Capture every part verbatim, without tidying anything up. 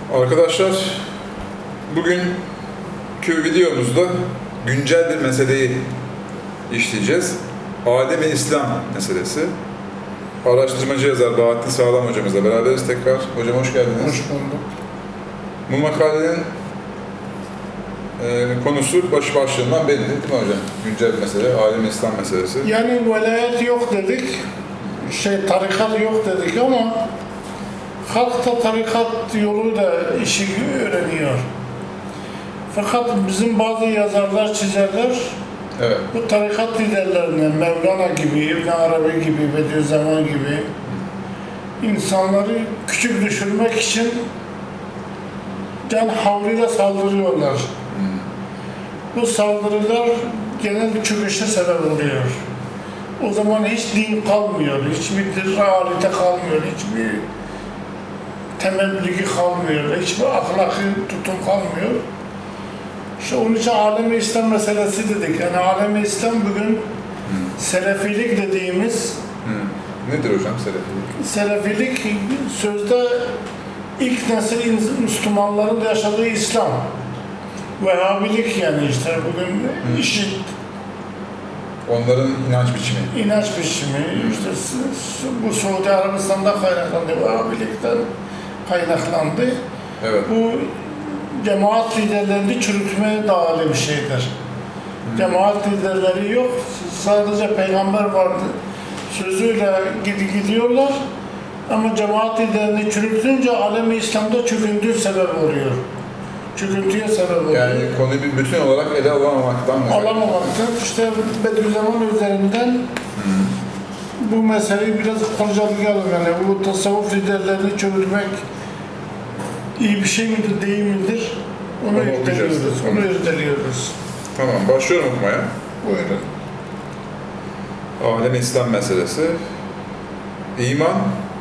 Arkadaşlar, bugünkü videomuzda güncel bir meseleyi işleyeceğiz. Adem-i İslam meselesi. Araştırmacı yazar Bahattin Sağlam hocamızla beraberiz tekrar. Hocam hoş geldiniz. Hoş bulduk. Bu makalenin e, konusu baş başlığından belli değil mi hocam? Güncel bir mesele, Adem-i İslam meselesi. Yani velayet yok dedik, şey tarikat yok dedik ama halk da tarikat yoluyla işi öğreniyor. Fakat bizim bazı yazarlar, çizerler Evet. bu tarikat liderlerinden Mevlana gibi, İbn Arabi gibi, Bediüzzaman gibi insanları küçük düşürmek için can havliyle saldırıyorlar. Bu saldırılar genel çöküşe sebep oluyor. O zaman hiç din kalmıyor, hiçbir realite kalmıyor, hiçbir temel bilgi kalmıyor, hiçbir ahlaki tutum kalmıyor. İşte onun için Alem-i İslam meselesi dedik. Yani Alem-i İslam bugün hmm. Selefilik dediğimiz... Hmm. Nedir hocam Selefilik? Selefilik sözde ilk nesil Müslümanların yaşadığı İslam. Vehhabilik yani işte bugün hmm. işit. Onların inanç biçimi. İnanç biçimi. Hmm. İşte bu Suudi Arabistan'da kaynaklandı, Vehhabilikten kaynaklandı. Evet. Bu cemaat liderlerini çürütmeye dayalı bir şeydir. Hmm. Cemaat liderleri yok, sadece peygamber vardı. Sözüyle gidiyorlar ama cemaat liderini çürütünce alem-i İslam'da çöküntü sebep oluyor. Çöküntüye sebep oluyor. Yani konuyu bir bütün olarak ele alamamaktan mı? Alamamaktan. İşte Bediüzzaman üzerinden hmm. bu meseleyi biraz kurcalayalım. Yani bu tasavvuf liderlerini çürütmek iyi bir şey midir, değil midir? Onu irdeliyoruz. Onu irdeliyoruz. Tamam, başlıyorum okumaya. Buyurun. Alem-i İslam meselesi. İman,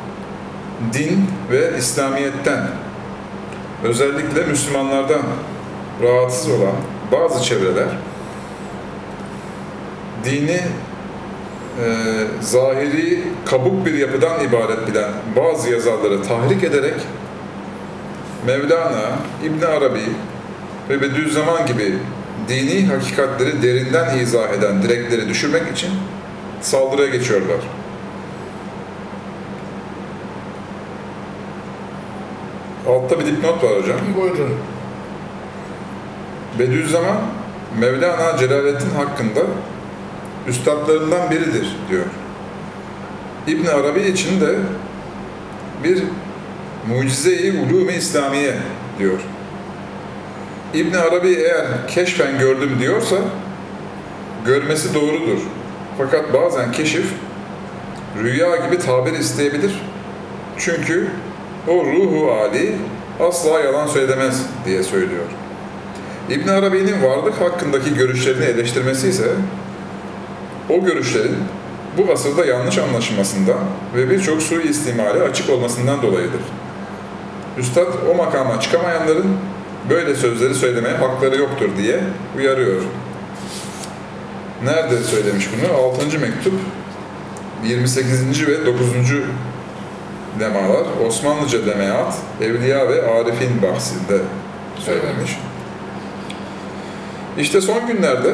din ve İslamiyet'ten, özellikle Müslümanlardan rahatsız olan bazı çevreler, dini e, zahiri, kabuk bir yapıdan ibaret bilen bazı yazarları tahrik ederek Mevlana, İbn Arabi ve Bediüzzaman gibi dini hakikatleri derinden izah eden direkleri düşürmek için saldırıya geçiyorlar. Altta bir dipnot var hocam. Buyurun. Bediüzzaman, Mevlana Celaleddin hakkında üstadlarından biridir diyor. İbn Arabi için de bir mucize-i ulûm-i İslamiye diyor. İbn Arabi eğer keşfen gördüm diyorsa görmesi doğrudur. Fakat bazen keşif rüya gibi tabir isteyebilir. Çünkü o ruhu âli asla yalan söylemez diye söylüyor. İbn Arabi'nin varlık hakkındaki görüşlerini eleştirmesi ise o görüşlerin bu asırda yanlış anlaşılmasından ve birçok suistimale açık olmasından dolayıdır. Üstad o makama çıkamayanların böyle sözleri söylemeye hakları yoktur diye uyarıyor. Nerede söylemiş bunu? altıncı mektup, yirmi sekizinci ve dokuzuncu lemalar, Osmanlıca Demeat, Evliya ve Arif'in bahsinde söylemiş. İşte son günlerde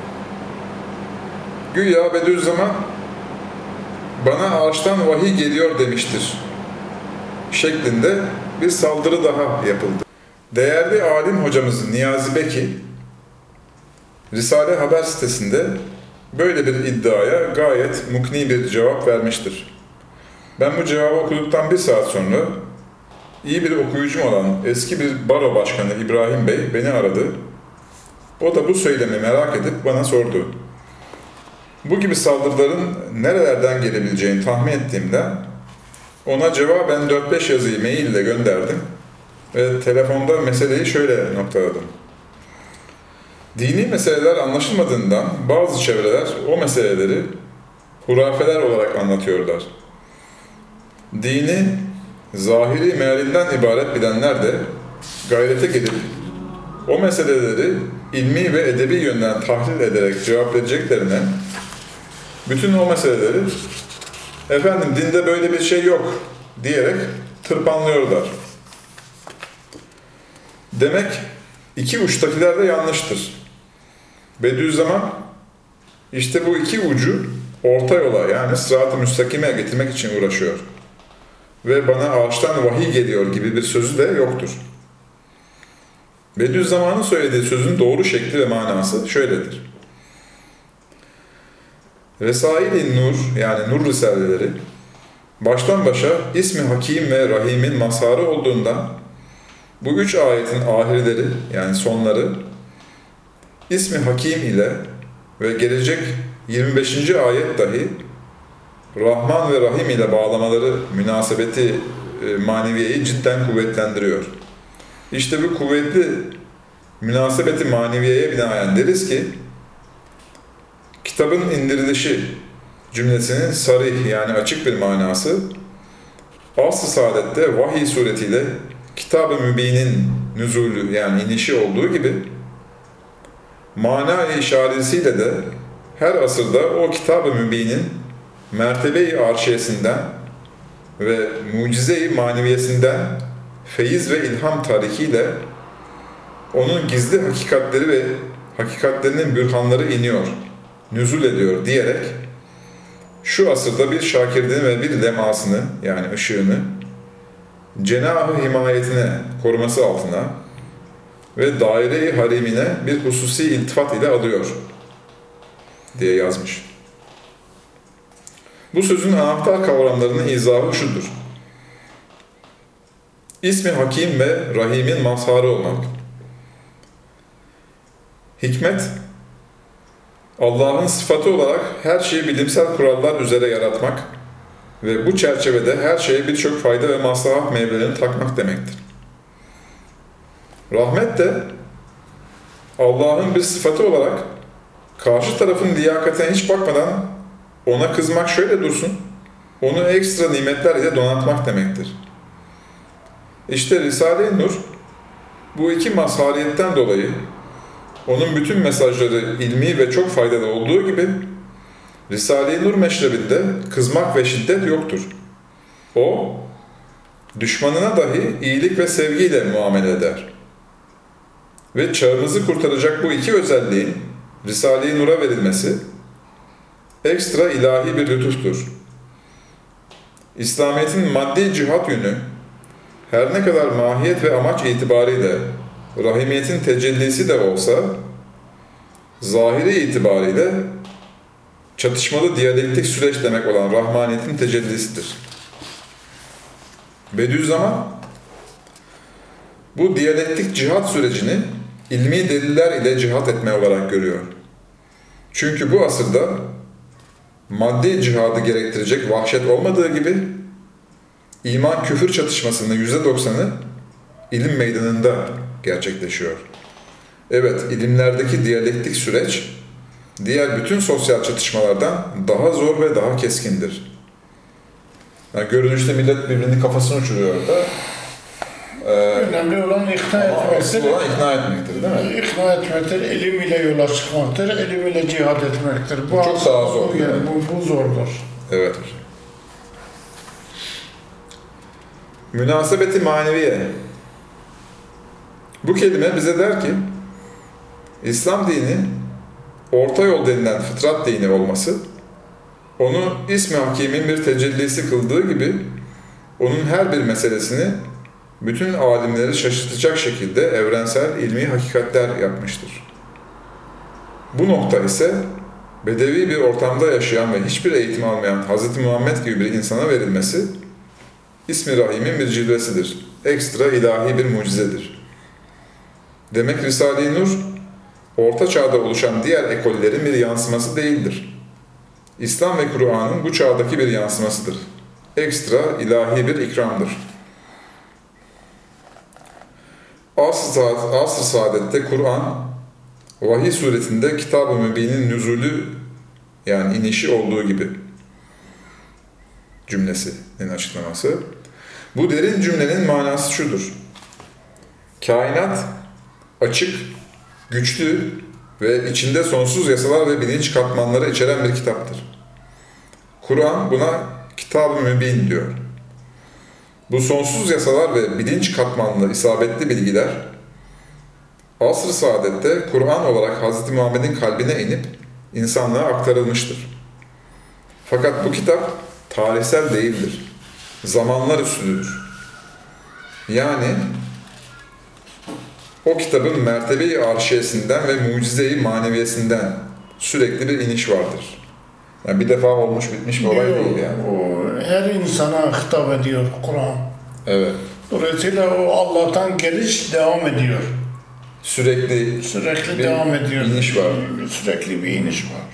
güya Bediüzzaman bana ağaçtan vahiy geliyor demiştir şeklinde bir saldırı daha yapıldı. Değerli alim hocamız Niyazi Beki, Risale Haber sitesinde böyle bir iddiaya gayet mukni bir cevap vermiştir. Ben bu cevabı okuduktan bir saat sonra iyi bir okuyucum olan eski bir baro başkanı İbrahim Bey beni aradı. O da bu söylemi merak edip bana sordu. Bu gibi saldırıların nerelerden gelebileceğini tahmin ettiğimde ona cevaben dört beş yazıyı mail ile gönderdim ve telefonda meseleyi şöyle noktaladım. Dini meseleler anlaşılmadığından bazı çevreler o meseleleri hurafeler olarak anlatıyorlar. Dini zahiri mealinden ibaret bilenler de gayrete gelip o meseleleri ilmi ve edebi yönden tahlil ederek cevap vereceklerine bütün o meseleleri efendim dinde böyle bir şey yok diyerek tırpanlıyorlar. Demek iki uçtakiler de yanlıştır. Bediüzzaman işte bu iki ucu orta yola yani sırat-ı müstakime getirmek için uğraşıyor. Ve bana ağaçtan vahiy geliyor gibi bir sözü de yoktur. Bediüzzaman'ın söylediği sözün doğru şekli ve manası şöyledir. Resail-i Nur yani Nur Risaleleri baştan başa ismi Hakim ve Rahim'in mazharı olduğundan bu üç ayetin ahirleri yani sonları ismi Hakim ile ve gelecek yirmi beşinci ayet dahi Rahman ve Rahim ile bağlamaları münasebeti e, maneviyeyi cidden kuvvetlendiriyor. İşte bu kuvvetli münasebeti maneviyeye binaen deriz ki kitabın indirilişi cümlesinin sarih yani açık bir manası Asr-ı Saadet'te vahiy suretiyle Kitab-ı Mübin'in nüzulü yani inişi olduğu gibi mana-i işaretiyle de her asırda o Kitab-ı Mübin'in mertebe-i arşiyesinden ve mucize-i maneviyesinden feyiz ve ilham tarikiyle onun gizli hakikatleri ve hakikatlerinin bürhanları iniyor, nüzul ediyor diyerek şu asırda bir şakirdini ve bir lemasını yani ışığını cenah-ı himayetine koruması altına ve daire-i harimine bir hususi iltifat ile alıyor diye yazmış. Bu sözün anahtar kavramlarının izahı şudur. İsmi Hakim ve Rahim'in mazharı olmak. Hikmet, Allah'ın sıfatı olarak her şeyi bilimsel kurallar üzere yaratmak ve bu çerçevede her şeye birçok fayda ve maslahat meyvelerini takmak demektir. Rahmet de Allah'ın bir sıfatı olarak karşı tarafın liyakatine hiç bakmadan ona kızmak şöyle dursun, onu ekstra nimetler ile donatmak demektir. İşte Risale-i Nur bu iki mazhariyetten dolayı onun bütün mesajları ilmi ve çok faydalı olduğu gibi Risale-i Nur meşrebinde kızmak ve şiddet yoktur. O, düşmanına dahi iyilik ve sevgiyle muamele eder. Ve çağımızı kurtaracak bu iki özelliğin Risale-i Nur'a verilmesi ekstra ilahi bir lütuftur. İslamiyet'in maddi cihat yönü her ne kadar mahiyet ve amaç itibariyle rahimiyetin tecellisi de olsa zahiri itibariyle çatışmalı diyalektik süreç demek olan rahmaniyetin tecellisidir. Bediüzzaman bu diyalektik cihat sürecini ilmi deliller ile cihat etme olarak görüyor. Çünkü bu asırda maddi cihadı gerektirecek vahşet olmadığı gibi iman küfür çatışmasının yüzde doksanı ilim meydanında gerçekleşiyor. Evet, ilimlerdeki diyalektik süreç diğer bütün sosyal çatışmalardan daha zor ve daha keskindir. Yani görünüşte millet birbirinin kafasını uçuruyor da. Ee, Önemli olan ikna etmektir. Asıl olan ikna etmektir değil mi? İkna etmektir, ilim ile yola çıkmaktır, ilim ile cihad etmektir. Bu, bu çok daha zor. Yani, bu, bu zordur. Evet hocam. Münasebeti maneviye. Bu kelime bize der ki, İslam dini, orta yol denilen fıtrat dini olması, onu İsmi Hakim'in bir tecellisi kıldığı gibi, onun her bir meselesini bütün alimleri şaşırtacak şekilde evrensel ilmi hakikatler yapmıştır. Bu nokta ise bedevi bir ortamda yaşayan ve hiçbir eğitim almayan Hz. Muhammed gibi bir insana verilmesi, İsmi Rahim'in bir cilvesidir. Ekstra ilahi bir mucizedir. Demek Risale-i Nur, Orta Çağ'da oluşan diğer ekollerin bir yansıması değildir. İslam ve Kur'an'ın bu çağdaki bir yansımasıdır. Ekstra ilahi bir ikramdır. Asr-ı Asr Saadet'te Kur'an, vahiy suretinde Kitab-ı Mübin'in nüzulü yani inişi olduğu gibi cümlesinin açıklaması. Bu derin cümlenin manası şudur. Kainat açık, güçlü ve içinde sonsuz yasalar ve bilinç katmanları içeren bir kitaptır. Kur'an buna Kitab-ı Mübin diyor. Bu sonsuz yasalar ve bilinç katmanlı isabetli bilgiler Asr-ı Saadet'te Kur'an olarak Hz. Muhammed'in kalbine inip insanlığa aktarılmıştır. Fakat bu kitap tarihsel değildir. Zamanlar üstüdür. Yani o kitabın mertebe-i arşiyesinden ve mucize-i maneviyesinden sürekli bir iniş vardır. Yani bir defa olmuş bitmiş bir olay değil yani. O her insana hitap ediyor Kur'an. Evet. Dolayısıyla o Allah'tan geliş devam ediyor. Sürekli Sürekli bir devam ediyor. iniş var. Sürekli bir iniş var.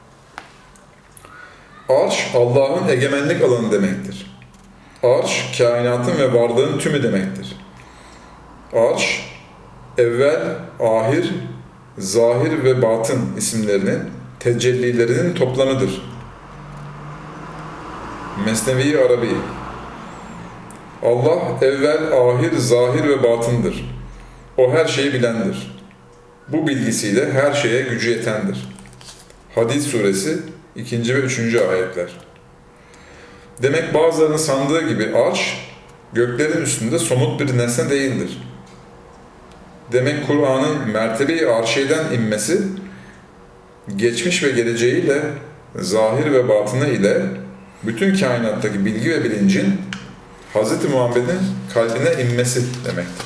Arş, Allah'ın egemenlik alanı demektir. Arş, kainatın ve varlığın tümü demektir. Arş, evvel, ahir, zahir ve batın isimlerinin tecellilerinin toplamıdır. Mesnevi Arabi. Allah evvel, ahir, zahir ve batındır. O her şeyi bilendir. Bu bilgisiyle her şeye gücü yetendir. Hadid suresi ikinci ve üçüncü ayetler. Demek bazılarının sandığı gibi arş, göklerin üstünde somut bir nesne değildir. Demek Kur'an'ın mertebe-i arşiyeden inmesi, geçmiş ve geleceğiyle, zahir ve batını ile bütün kainattaki bilgi ve bilincin Hz. Muhammed'in kalbine inmesi demektir.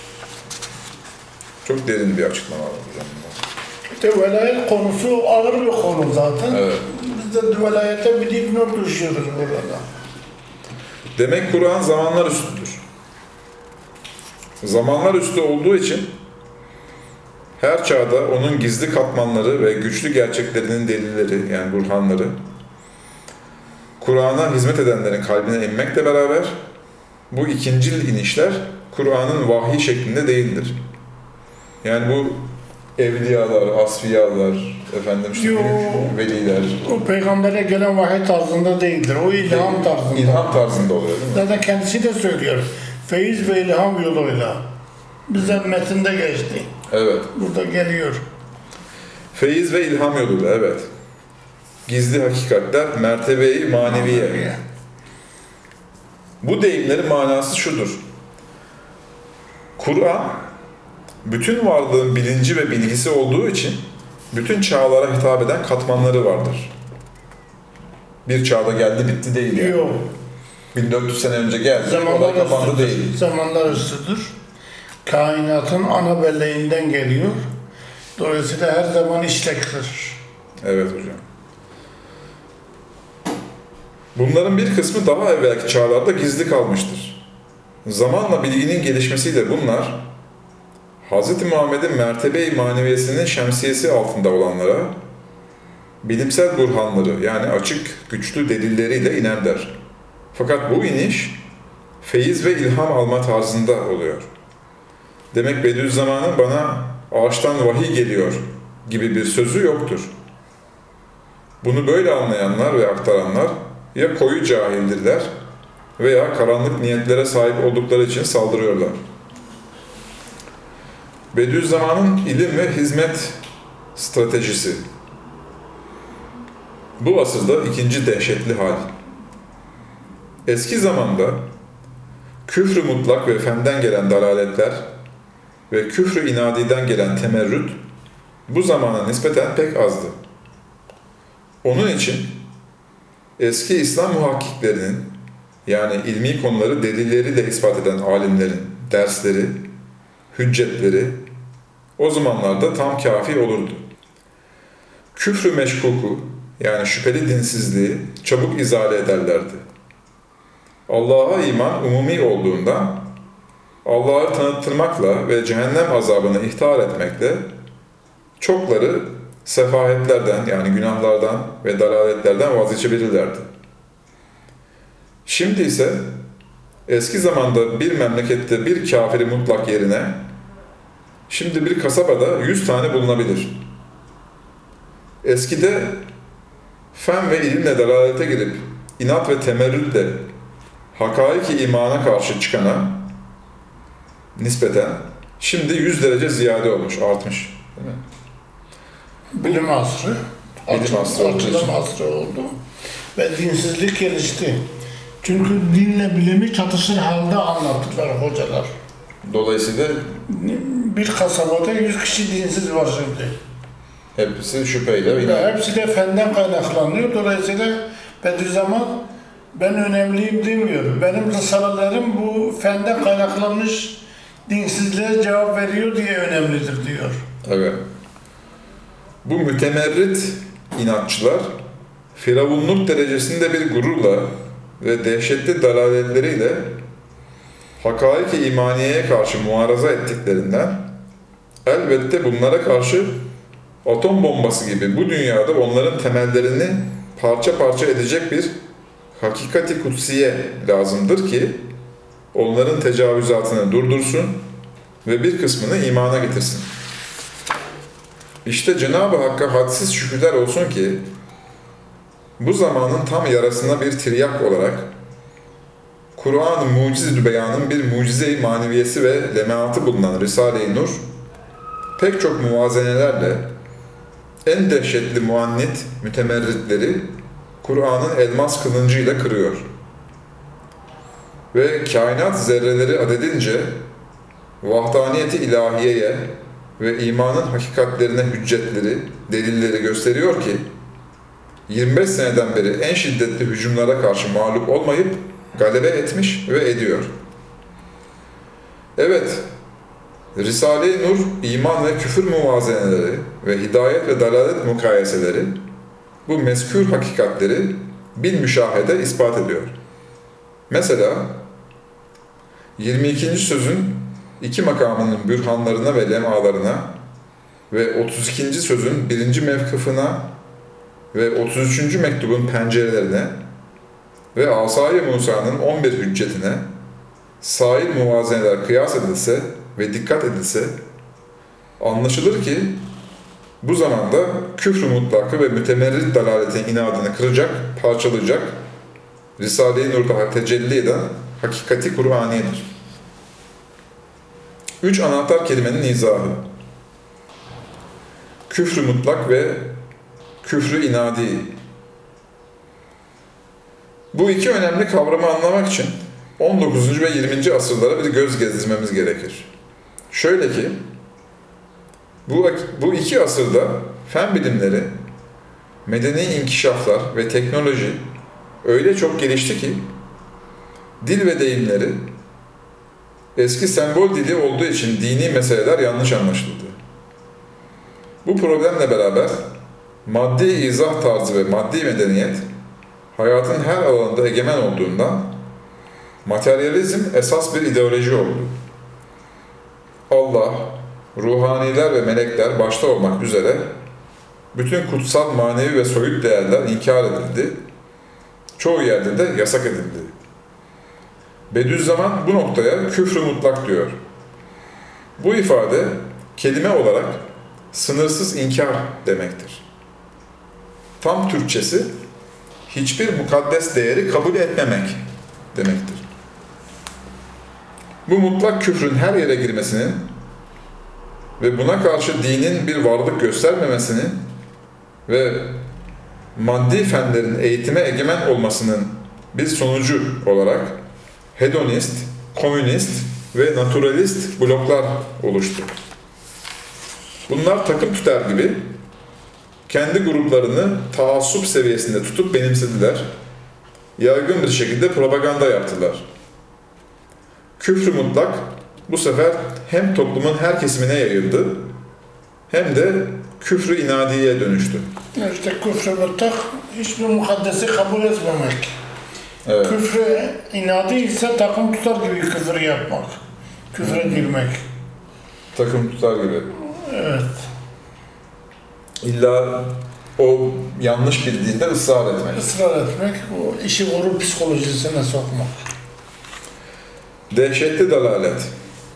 Çok derin bir açıklama var hocam. İşte velayet konusu ağır bir konu zaten. Evet. Biz de velayete bir dipnot düşüyoruz burada. Demek Kur'an zamanlar üstüdür. Zamanlar üstü olduğu için her çağda onun gizli katmanları ve güçlü gerçeklerinin delilleri, yani burhanları, Kur'an'a hizmet edenlerin kalbine inmekle beraber bu ikincil inişler Kur'an'ın vahyi şeklinde değildir. Yani bu evliyalar, asfiyalar, efendim işte Yo, büyük veliler. O peygambere gelen vahiy tarzında değildir. O ilham tarzında. İlham tarzında oluyor değil mi? Zaten kendisi de söylüyor. Feyiz ve ilham yoluyla. Bizden metinde geçti. Evet. Burada geliyor. Feyiz ve ilham yoluyla, evet. Gizli hakikatler, mertebe-i maneviye. Maneviye. Bu deyimlerin manası şudur. Kur'an, bütün varlığın bilinci ve bilgisi olduğu için bütün çağlara hitap eden katmanları vardır. Bir çağda geldi bitti değil yani. Yok. bin dört yüz sene önce geldi, Zamanlar olay kapandı üstüdür. değil. Zamanlar üstüdür. Kainatın ana belleğinden geliyor. Dolayısıyla her zaman işlektir. Evet hocam. Bunların bir kısmı daha evvelki çağlarda gizli kalmıştır. Zamanla bilginin gelişmesiyle bunlar, Hz. Muhammed'in mertebe-i maneviyesinin şemsiyesi altında olanlara, bilimsel burhanları yani açık, güçlü delilleriyle inerler. Fakat bu iniş, feyiz ve ilham alma tarzında oluyor. Demek Bediüzzaman'ın bana ağaçtan vahiy geliyor gibi bir sözü yoktur. Bunu böyle anlayanlar ve aktaranlar ya koyu cahildirler veya karanlık niyetlere sahip oldukları için saldırıyorlar. Bediüzzaman'ın ilim ve hizmet stratejisi. Bu asırda ikinci dehşetli hal. Eski zamanda küfrü mutlak ve fenden gelen dalaletler ve küfrü inadiden gelen temerrüt bu zamana nispeten pek azdı. Onun için eski İslam muhakkiklerinin, yani ilmi konuları delilleriyle ispat eden alimlerin dersleri, hüccetleri o zamanlarda tam kafi olurdu. Küfrü meşkuku, yani şüpheli dinsizliği çabuk izale ederlerdi. Allah'a iman umumi olduğundan Allah'ı tanıttırmakla ve cehennem azabını ihtar etmekle çokları sefahetlerden, yani günahlardan ve dalaletlerden vazgeçebilirlerdi. Şimdi ise eski zamanda bir memlekette bir kafiri mutlak yerine şimdi bir kasabada yüz tane bulunabilir. Eskide fen ve ilimle dalalete girip inat ve temerrütle hakaiki imana karşı çıkana nispeten şimdi yüz derece ziyade olmuş, artmış. Değil mi? Bilim asrı. Bilim asrı olduğu Açılım için. asrı oldu. Ve dinsizlik gelişti. Çünkü dinle bilimi çatışır halde anlattılar hocalar. Dolayısıyla Bir kasabada yüz kişi dinsiz var şimdi. hepsi şüpheyle ve Ve inan. hepsi de fenden kaynaklanıyor. Dolayısıyla Bediüzzaman ben önemliyim demiyor. Benim risalelerim bu fenden kaynaklanmış dinsizliğe cevap veriyor diye önemlidir diyor. Evet. Bu mütemerrit inatçılar firavunluk derecesinde bir gururla ve dehşetli dalaletleriyle hakaik-i imaniyeye karşı muaraza ettiklerinden elbette bunlara karşı atom bombası gibi bu dünyada onların temellerini parça parça edecek bir hakikati kutsiye lazımdır ki onların tecavüzatını durdursun ve bir kısmını imana getirsin. İşte Cenab-ı Hakk'a hadsiz şükürler olsun ki bu zamanın tam yarasına bir tiryak olarak Kur'an-ı Muciz-i Beyan'ın bir mucize-i maneviyesi ve lemaatı bulunan Risale-i Nur pek çok muvazenelerle en dehşetli muannit mütemerritleri Kur'an'ın elmas kılıncıyla kırıyor. Ve kainat zerreleri adedince vahdaniyeti ilahiyeye ve imanın hakikatlerine hüccetleri, delilleri gösteriyor ki yirmi beş seneden beri en şiddetli hücumlara karşı mağlup olmayıp galebe etmiş ve ediyor. Evet, Risale-i Nur, iman ve küfür muvazeneleri ve hidayet ve dalalet mukayeseleri bu mezkür hakikatleri bil müşahede ispat ediyor. Mesela yirmi ikinci sözün iki makamının bürhanlarına ve lemalarına ve otuz ikinci sözün birinci mevkıfına ve otuz üçüncü mektubun pencerelerine ve Asay-ı Musa'nın on bir hüccetine sair muvazeneler kıyas edilse ve dikkat edilse anlaşılır ki bu zamanda küfr-ü mutlakı ve mütemerrit dalaletin inadını kıracak, parçalayacak Risale-i Nur'da tecelli eden hakikati Kur'aniyedir. Üç anahtar kelimenin izahı. Küfr-ü mutlak ve küfr-ü inadi. Bu iki önemli kavramı anlamak için on dokuzuncu ve yirminci asırlara bir göz gezdirmemiz gerekir. Şöyle ki, bu, bu iki asırda fen bilimleri, medeni inkişaflar ve teknoloji öyle çok gelişti ki, dil ve deyimleri eski sembol dili olduğu için dini meseleler yanlış anlaşıldı. Bu problemle beraber maddi izah tarzı ve maddi medeniyet hayatın her alanında egemen olduğundan materyalizm esas bir ideoloji oldu. Allah, ruhaniler ve melekler başta olmak üzere bütün kutsal manevi ve soyut değerler inkar edildi. Çoğu yerde de yasak edildi. Bediüzzaman bu noktaya küfr-ü mutlak diyor. Bu ifade kelime olarak sınırsız inkar demektir. Tam Türkçesi hiçbir mukaddes değeri kabul etmemek demektir. Bu mutlak küfrün her yere girmesinin ve buna karşı dinin bir varlık göstermemesinin ve maddi fenlerin eğitime egemen olmasının bir sonucu olarak hedonist, komünist ve naturalist bloklar oluştu. Bunlar takım tutar gibi kendi gruplarını taassup seviyesinde tutup benimsediler. Yaygın bir şekilde propaganda yaptılar. Küfr-ü mutlak bu sefer hem toplumun her kesimine yayıldı hem de küfr-ü inadiye dönüştü. İşte küfr-ü mutlak hiçbir mukaddesi kabul etmemek. Evet. Küfr-ü inadi ise takım tutar gibi küfür yapmak. Küfre girmek. Takım tutar gibi. Evet. İlla o yanlış bildiğinde ısrar etmek. Israr etmek, o işi gurur psikolojisine sokmak. Dehşetli dalalet.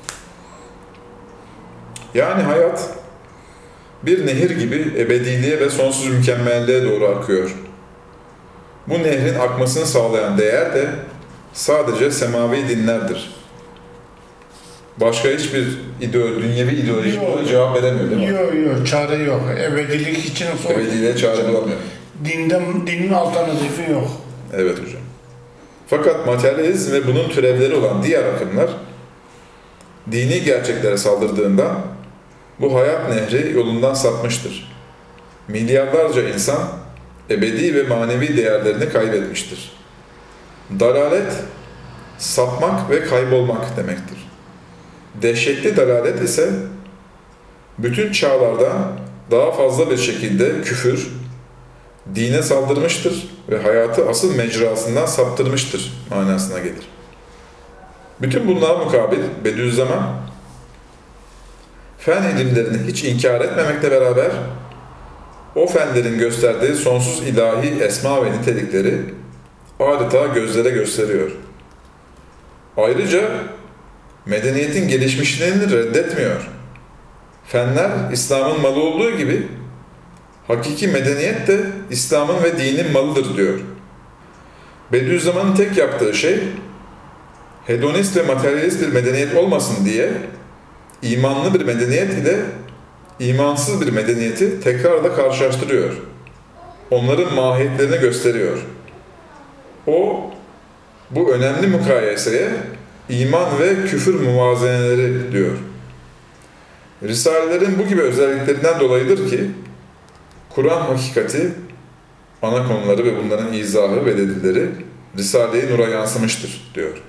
Yani hayat bir nehir gibi ebediliğe ve sonsuz mükemmelliğe doğru akıyor. Bu nehrin akmasını sağlayan değer de sadece semavi dinlerdir. Başka hiçbir ideolo, dünyevi ideoloji buna cevap veremiyor değil mi? Yok yok, çare yok. Ebedilik için son. Ebediliğe çare bulamıyor. Dinden, dinin alternatifi yok. Evet hocam. Fakat materyalizm ve bunun türevleri olan diğer akımlar dini gerçeklere saldırdığında bu hayat nehri yolundan sapmıştır. Milyarlarca insan ebedi ve manevi değerlerini kaybetmiştir. Dalalet, sapmak ve kaybolmak demektir. Dehşetli dalalet ise bütün çağlarda daha fazla bir şekilde küfür, dine saldırmıştır ve hayatı asıl mecrasından saptırmıştır manasına gelir. Bütün bunlara mukabil Bediüzzaman, fen ilimlerini hiç inkar etmemekle beraber o fenlerin gösterdiği sonsuz ilahi esma ve nitelikleri adeta gözlere gösteriyor. Ayrıca medeniyetin gelişmişliğini reddetmiyor. Fenler İslam'ın malı olduğu gibi hakiki medeniyet de İslam'ın ve dinin malıdır diyor. Bediüzzaman'ın tek yaptığı şey hedonist ve materyalist bir medeniyet olmasın diye imanlı bir medeniyet ile imansız bir medeniyeti tekrarla karşılaştırıyor. Onların mahiyetlerini gösteriyor. O, bu önemli mukayeseye iman ve küfür muvazeneleri diyor. Risalelerin bu gibi özelliklerinden dolayıdır ki, Kur'an hakikati, ana konuları ve bunların izahı ve delilleri Risale-i Nur'a yansımıştır diyor.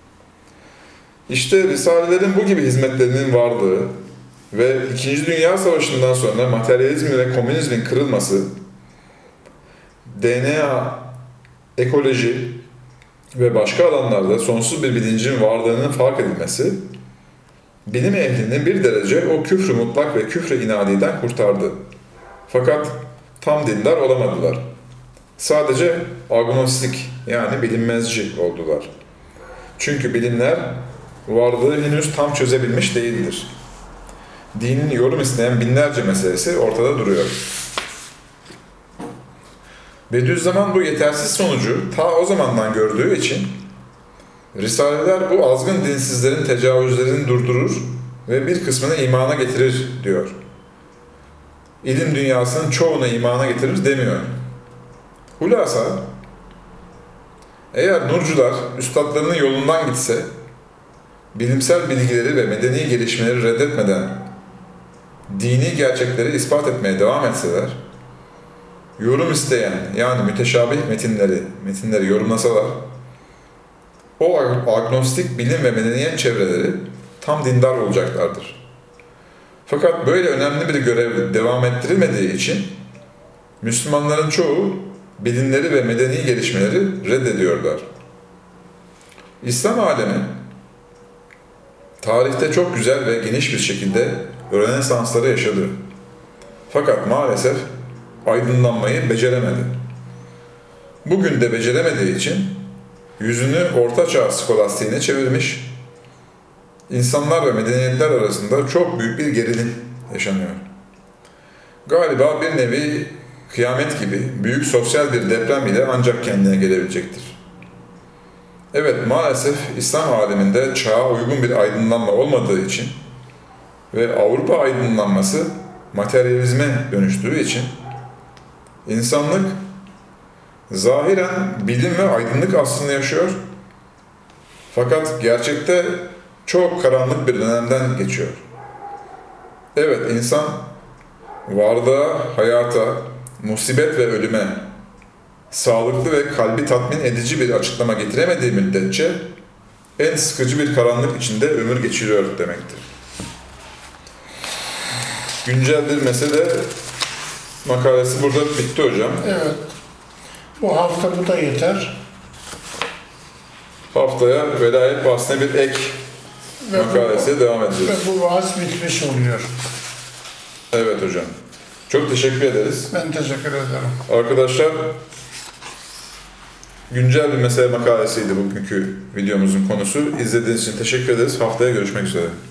İşte Risalelerin bu gibi hizmetlerinin varlığı ve İkinci Dünya Savaşı'ndan sonra materyalizmin ve komünizmin kırılması, D N A, ekoloji ve başka alanlarda sonsuz bir bilincin varlığının fark edilmesi, bilim ehlini bir derece o küfrü mutlak ve küfrü inadiden kurtardı. Fakat tam dindar olamadılar. Sadece agnostik yani bilinmezci oldular. Çünkü bilimler varlığı henüz tam çözebilmiş değildir. Dinin yorum isteyen binlerce meselesi ortada duruyor. Bediüzzaman bu yetersiz sonucu ta o zamandan gördüğü için Risaleler bu azgın dinsizlerin tecavüzlerini durdurur ve bir kısmını imana getirir diyor. İlim dünyasının çoğunu imana getirir demiyor. Hulasa, eğer nurcular üstadlarının yolundan gitse, bilimsel bilgileri ve medeni gelişmeleri reddetmeden dini gerçekleri ispat etmeye devam etseler, yorum isteyen yani müteşabih metinleri, metinleri yorumlasalar, o agnostik bilim ve medeniyet çevreleri tam dindar olacaklardır. Fakat böyle önemli bir görev devam ettirilmediği için Müslümanların çoğu bilimleri ve medeni gelişmeleri reddediyorlar. İslam alemi tarihte çok güzel ve geniş bir şekilde Rönesansları yaşadı. Fakat maalesef aydınlanmayı beceremedi. Bugün de beceremediği için yüzünü Orta Çağ skolastiğine çevirmiş, insanlar ve medeniyetler arasında çok büyük bir gerilim yaşanıyor. Galiba bir nevi kıyamet gibi büyük sosyal bir deprem ile ancak kendine gelebilecektir. Evet, maalesef İslam aleminde çağa uygun bir aydınlanma olmadığı için ve Avrupa aydınlanması materyalizme dönüştüğü için insanlık zahiren bilim ve aydınlık aslında yaşıyor, fakat gerçekte çok karanlık bir dönemden geçiyor. Evet, insan varlığa, hayata, musibet ve ölüme sağlıklı ve kalbi tatmin edici bir açıklama getiremediği müddetçe en sıkıcı bir karanlık içinde ömür geçiriyor demektir. Güncel bir mesele makalesi burada bitti hocam. Evet. Bu hafta bu da yeter. Haftaya velayet bahsine bir ek Ve makalesiye bu, devam edeceğiz. Ve bu vaaz bitmiş oluyor. Evet hocam. Çok teşekkür ederiz. Ben teşekkür ederim. Arkadaşlar, güncel bir mesele makalesiydi bugünkü videomuzun konusu. İzlediğiniz için teşekkür ederiz. Haftaya görüşmek üzere.